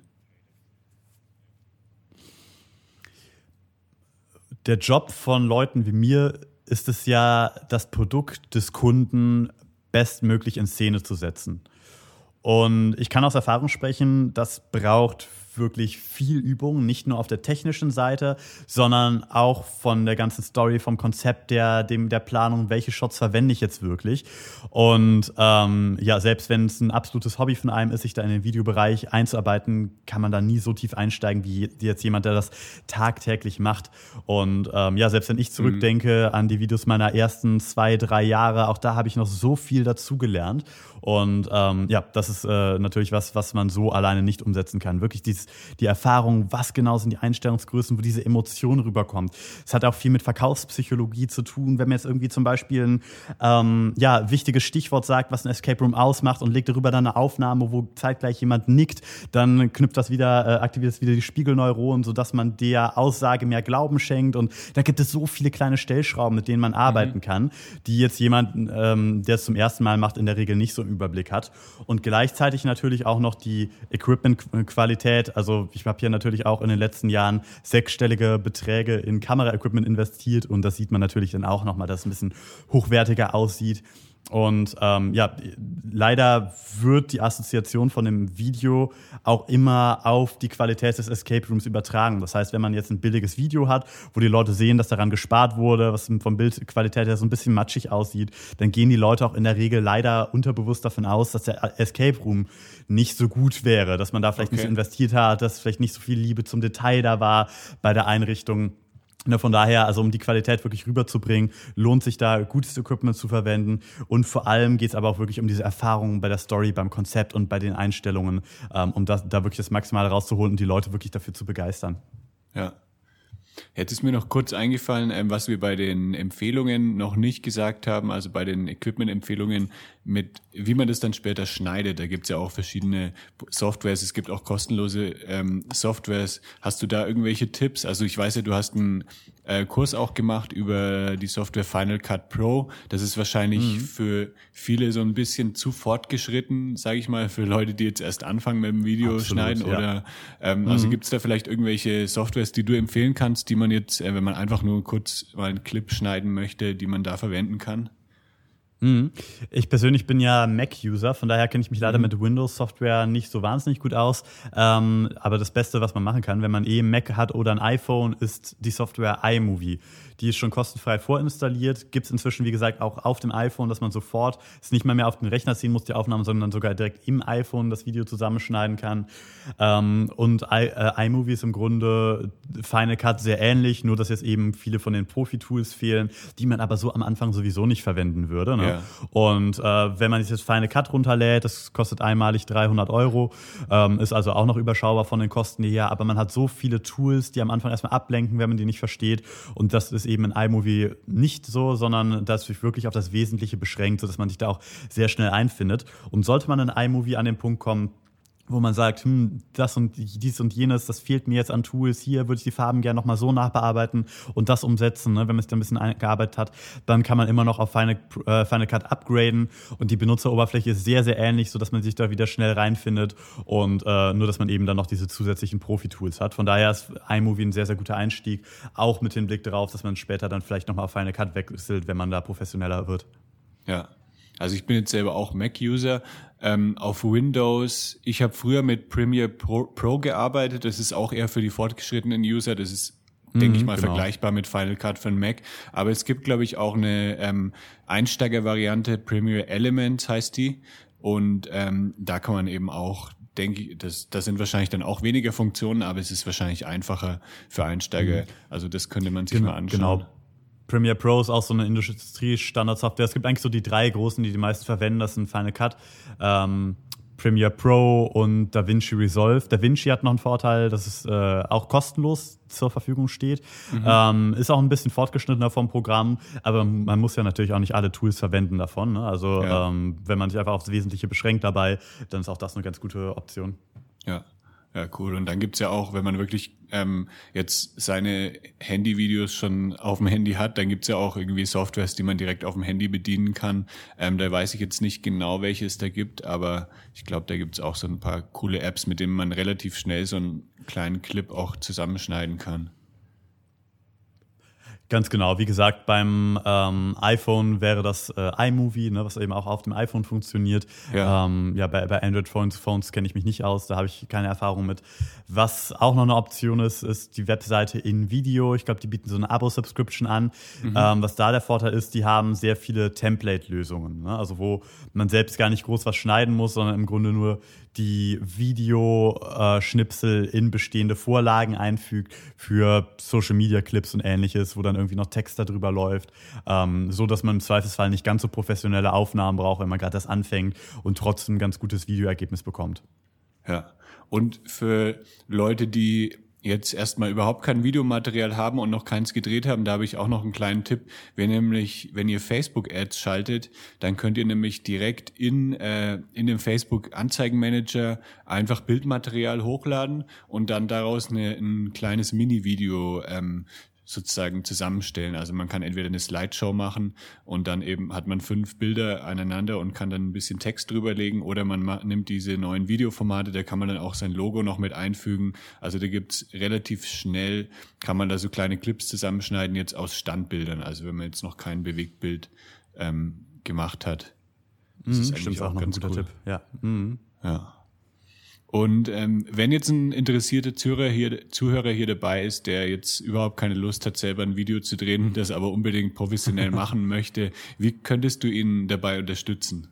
Der Job von Leuten wie mir ist es ja, das Produkt des Kunden bestmöglich in Szene zu setzen. Und ich kann aus Erfahrung sprechen, das braucht wirklich viel Übung, nicht nur auf der technischen Seite, sondern auch von der ganzen Story, vom Konzept der, dem, der Planung, welche Shots verwende ich jetzt wirklich. Und ähm, ja, selbst wenn es ein absolutes Hobby von einem ist, sich da in den Videobereich einzuarbeiten, kann man da nie so tief einsteigen, wie jetzt jemand, der das tagtäglich macht. Und ähm, ja, selbst wenn ich zurückdenke mhm. an die Videos meiner ersten zwei, drei Jahre, auch da habe ich noch so viel dazugelernt. Und ähm, ja, das ist äh, natürlich was, was man so alleine nicht umsetzen kann. Wirklich dieses, die Erfahrung, was genau sind die Einstellungsgrößen, wo diese Emotion rüberkommt. Es hat auch viel mit Verkaufspsychologie zu tun, wenn man jetzt irgendwie zum Beispiel ein ähm, ja, wichtiges Stichwort sagt, was ein Escape Room ausmacht und legt darüber dann eine Aufnahme, wo zeitgleich jemand nickt, dann knüpft das wieder, äh, aktiviert das wieder die Spiegelneuronen, sodass man der Aussage mehr Glauben schenkt. Und da gibt es so viele kleine Stellschrauben, mit denen man arbeiten mhm. kann, die jetzt jemand, ähm, der es zum ersten Mal macht, in der Regel nicht so im Überblick hat. Und gleichzeitig natürlich auch noch die Equipment-Qualität. Also ich habe hier natürlich auch in den letzten Jahren sechsstellige Beträge in Kamera-Equipment investiert und das sieht man natürlich dann auch nochmal, dass es ein bisschen hochwertiger aussieht. Und ähm, ja, leider wird die Assoziation von dem Video auch immer auf die Qualität des Escape Rooms übertragen. Das heißt, wenn man jetzt ein billiges Video hat, wo die Leute sehen, dass daran gespart wurde, was vom Bildqualität her so ein bisschen matschig aussieht, dann gehen die Leute auch in der Regel leider unterbewusst davon aus, dass der Escape Room nicht so gut wäre, dass man da vielleicht okay. nicht so investiert hat, dass vielleicht nicht so viel Liebe zum Detail da war bei der Einrichtung. Von daher, also um die Qualität wirklich rüberzubringen, lohnt sich da gutes Equipment zu verwenden. Und vor allem geht es aber auch wirklich um diese Erfahrungen bei der Story, beim Konzept und bei den Einstellungen, um das, da wirklich das Maximale rauszuholen und die Leute wirklich dafür zu begeistern. Ja. Jetzt ist mir noch kurz eingefallen, was wir bei den Empfehlungen noch nicht gesagt haben, also bei den Equipment-Empfehlungen, mit wie man das dann später schneidet. Da gibt's ja auch verschiedene Softwares, es gibt auch kostenlose ähm, Softwares. Hast du da irgendwelche Tipps? Also ich weiß ja, du hast einen äh, Kurs auch gemacht über die Software Final Cut Pro. Das ist wahrscheinlich mhm. für viele so ein bisschen zu fortgeschritten, sage ich mal, für Leute, die jetzt erst anfangen mit dem Video Absolut, schneiden. Ja. Oder ähm, mhm. also gibt's da vielleicht irgendwelche Softwares, die du empfehlen kannst, die man jetzt, äh, wenn man einfach nur kurz mal einen Clip schneiden möchte, die man da verwenden kann? Ich persönlich bin ja Mac-User, von daher kenne ich mich leider mhm. mit Windows-Software nicht so wahnsinnig gut aus. Ähm, aber das Beste, was man machen kann, wenn man eh ein Mac hat oder ein iPhone, ist die Software iMovie. Die ist schon kostenfrei vorinstalliert, gibt es inzwischen, wie gesagt, auch auf dem iPhone, dass man sofort es nicht mal mehr auf den Rechner ziehen muss, die Aufnahmen, sondern sogar direkt im iPhone das Video zusammenschneiden kann. Ähm, und I, äh, iMovie ist im Grunde Final Cut sehr ähnlich, nur dass jetzt eben viele von den Profi-Tools fehlen, die man aber so am Anfang sowieso nicht verwenden würde. Ne? Ja. Und äh, wenn man sich jetzt Final Cut runterlädt, das kostet einmalig dreihundert Euro, ähm, ist also auch noch überschaubar von den Kosten her, aber man hat so viele Tools, die am Anfang erstmal ablenken, wenn man die nicht versteht, und das ist eben in iMovie nicht so, sondern das sich wirklich auf das Wesentliche beschränkt, sodass man sich da auch sehr schnell einfindet. Und sollte man in iMovie an den Punkt kommen, wo man sagt, hm, das und dies und jenes, das fehlt mir jetzt an Tools, hier würde ich die Farben gerne nochmal so nachbearbeiten und das umsetzen, ne? Wenn man sich da ein bisschen eingearbeitet hat, dann kann man immer noch auf Final, äh, Final Cut upgraden und die Benutzeroberfläche ist sehr, sehr ähnlich, sodass man sich da wieder schnell reinfindet und äh, nur, dass man eben dann noch diese zusätzlichen Profi-Tools hat. Von daher ist iMovie ein sehr, sehr guter Einstieg, auch mit dem Blick darauf, dass man später dann vielleicht nochmal auf Final Cut wechselt, wenn man da professioneller wird. Ja. Also ich bin jetzt selber auch Mac-User ähm, auf Windows. Ich habe früher mit Premiere Pro, Pro gearbeitet. Das ist auch eher für die fortgeschrittenen User. Das ist, mhm, denke ich mal, genau. vergleichbar mit Final Cut für den Mac. Aber es gibt, glaube ich, auch eine ähm, Einsteiger-Variante. Premiere Elements heißt die. Und ähm, da kann man eben auch, denke ich, das, das sind wahrscheinlich dann auch weniger Funktionen, aber es ist wahrscheinlich einfacher für Einsteiger. Mhm. Also das könnte man sich genau, mal anschauen. Genau. Premiere Pro ist auch so eine Industrie-Standard-Software. Es gibt eigentlich so die drei großen, die die meisten verwenden. Das sind Final Cut, ähm, Premiere Pro und DaVinci Resolve. DaVinci hat noch einen Vorteil, dass es äh, auch kostenlos zur Verfügung steht. Mhm. Ähm, ist auch ein bisschen fortgeschrittener vom Programm, aber man muss ja natürlich auch nicht alle Tools verwenden davon. Ne? Also ja. ähm, wenn man sich einfach aufs Wesentliche beschränkt dabei, dann ist auch das eine ganz gute Option. Ja. Ja, cool. Und dann gibt's ja auch, wenn man wirklich ähm, jetzt seine Handyvideos schon auf dem Handy hat, dann gibt's ja auch irgendwie Softwares, die man direkt auf dem Handy bedienen kann. Ähm, da weiß ich jetzt nicht genau, welche es da gibt, aber ich glaube, da gibt's auch so ein paar coole Apps, mit denen man relativ schnell so einen kleinen Clip auch zusammenschneiden kann. Ganz genau. Wie gesagt, beim ähm, iPhone wäre das äh, iMovie, ne, was eben auch auf dem iPhone funktioniert. Ja, ähm, ja bei, bei Android-Phones Phones kenne ich mich nicht aus, da habe ich keine Erfahrung mit. Was auch noch eine Option ist, ist die Webseite InVideo. Ich glaube, die bieten so eine Abo-Subscription an. Mhm. Ähm, was da der Vorteil ist, die haben sehr viele Template-Lösungen. Ne? Also wo man selbst gar nicht groß was schneiden muss, sondern im Grunde nur die Videoschnipsel in bestehende Vorlagen einfügt für Social-Media-Clips und Ähnliches, wo dann irgendwie noch Text darüber läuft, ähm, so dass man im Zweifelsfall nicht ganz so professionelle Aufnahmen braucht, wenn man gerade das anfängt und trotzdem ein ganz gutes Videoergebnis bekommt. Ja, und für Leute, die jetzt erstmal überhaupt kein Videomaterial haben und noch keins gedreht haben, da habe ich auch noch einen kleinen Tipp. Wenn nämlich, wenn ihr Facebook-Ads schaltet, dann könnt ihr nämlich direkt in äh, in dem Facebook-Anzeigenmanager einfach Bildmaterial hochladen und dann daraus eine, ein kleines Mini-Video ähm, sozusagen zusammenstellen. Also man kann entweder eine Slideshow machen und dann eben hat man fünf Bilder aneinander und kann dann ein bisschen Text drüberlegen, oder man ma- nimmt diese neuen Videoformate, da kann man dann auch sein Logo noch mit einfügen. Also da gibt's relativ schnell, kann man da so kleine Clips zusammenschneiden, jetzt aus Standbildern, also wenn man jetzt noch kein Bewegtbild ähm, gemacht hat. Das mhm, ist stimmt, auch, auch noch ein guter cool. Tipp. Ja. Mhm. Ja. Und ähm, wenn jetzt ein interessierter Zuhörer hier, Zuhörer hier dabei ist, der jetzt überhaupt keine Lust hat, selber ein Video zu drehen, das aber unbedingt professionell machen möchte, wie könntest du ihn dabei unterstützen?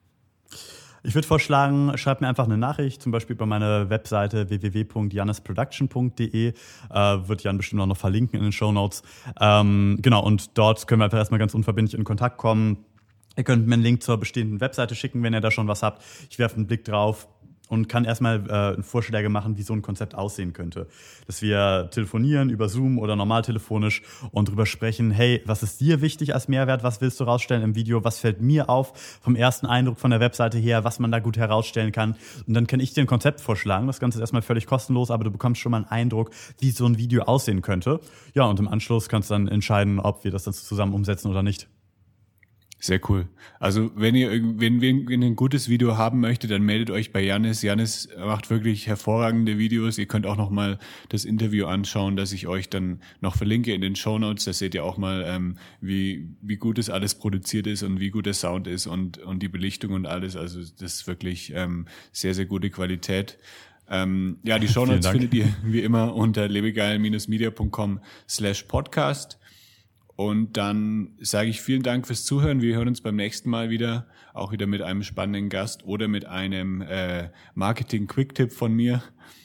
Ich würde vorschlagen, schreib mir einfach eine Nachricht, zum Beispiel bei meiner Webseite w w w punkt jannis production punkt d e. Äh, wird Jan bestimmt auch noch verlinken in den Shownotes. Ähm, genau, und dort können wir einfach erstmal ganz unverbindlich in Kontakt kommen. Ihr könnt mir einen Link zur bestehenden Webseite schicken, wenn ihr da schon was habt. Ich werfe einen Blick drauf und kann erstmal äh, Vorschläge machen, wie so ein Konzept aussehen könnte. Dass wir telefonieren über Zoom oder normal telefonisch und drüber sprechen, hey, was ist dir wichtig als Mehrwert, was willst du rausstellen im Video, was fällt mir auf vom ersten Eindruck von der Webseite her, was man da gut herausstellen kann. Und dann kann ich dir ein Konzept vorschlagen. Das Ganze ist erstmal völlig kostenlos, aber du bekommst schon mal einen Eindruck, wie so ein Video aussehen könnte. Ja, und im Anschluss kannst du dann entscheiden, ob wir das dann zusammen umsetzen oder nicht. Sehr cool. Also wenn ihr wenn wir ein gutes Video haben möchtet, dann meldet euch bei Jannis. Jannis macht wirklich hervorragende Videos. Ihr könnt auch noch mal das Interview anschauen, das ich euch dann noch verlinke in den Shownotes. Da seht ihr auch mal, ähm, wie wie gut das alles produziert ist und wie gut der Sound ist und und die Belichtung und alles. Also das ist wirklich ähm, sehr, sehr gute Qualität. Ähm, ja, die Shownotes findet ihr wie immer unter lebegeil-media punkt com slash podcast. Und dann sage ich vielen Dank fürs Zuhören. Wir hören uns beim nächsten Mal wieder, auch wieder mit einem spannenden Gast oder mit einem äh, Marketing-Quick-Tipp von mir.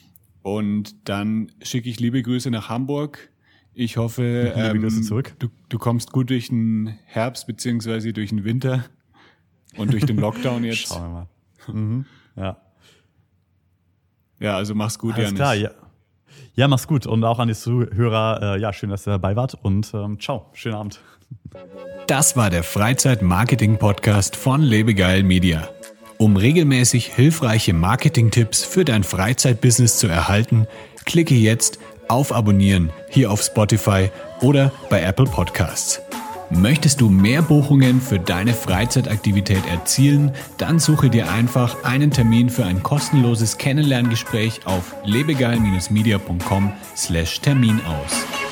Und dann schicke ich liebe Grüße nach Hamburg. Ich hoffe, ähm, zurück. Du, du kommst gut durch den Herbst beziehungsweise durch den Winter und durch den Lockdown jetzt. Schauen wir mal. Mhm. Ja. Ja, also mach's gut, Alles Jannis. Klar, ja. Ja, mach's gut. Und auch an die Zuhörer, äh, ja, schön, dass ihr dabei wart und ähm, ciao, schönen Abend. Das war der Freizeit-Marketing-Podcast von Lebegeil Media. Um regelmäßig hilfreiche Marketing-Tipps für dein Freizeitbusiness zu erhalten, klicke jetzt auf Abonnieren hier auf Spotify oder bei Apple Podcasts. Möchtest du mehr Buchungen für deine Freizeitaktivität erzielen? Dann suche dir einfach einen Termin für ein kostenloses Kennenlerngespräch auf lebegeil-media punkt com slash Termin aus.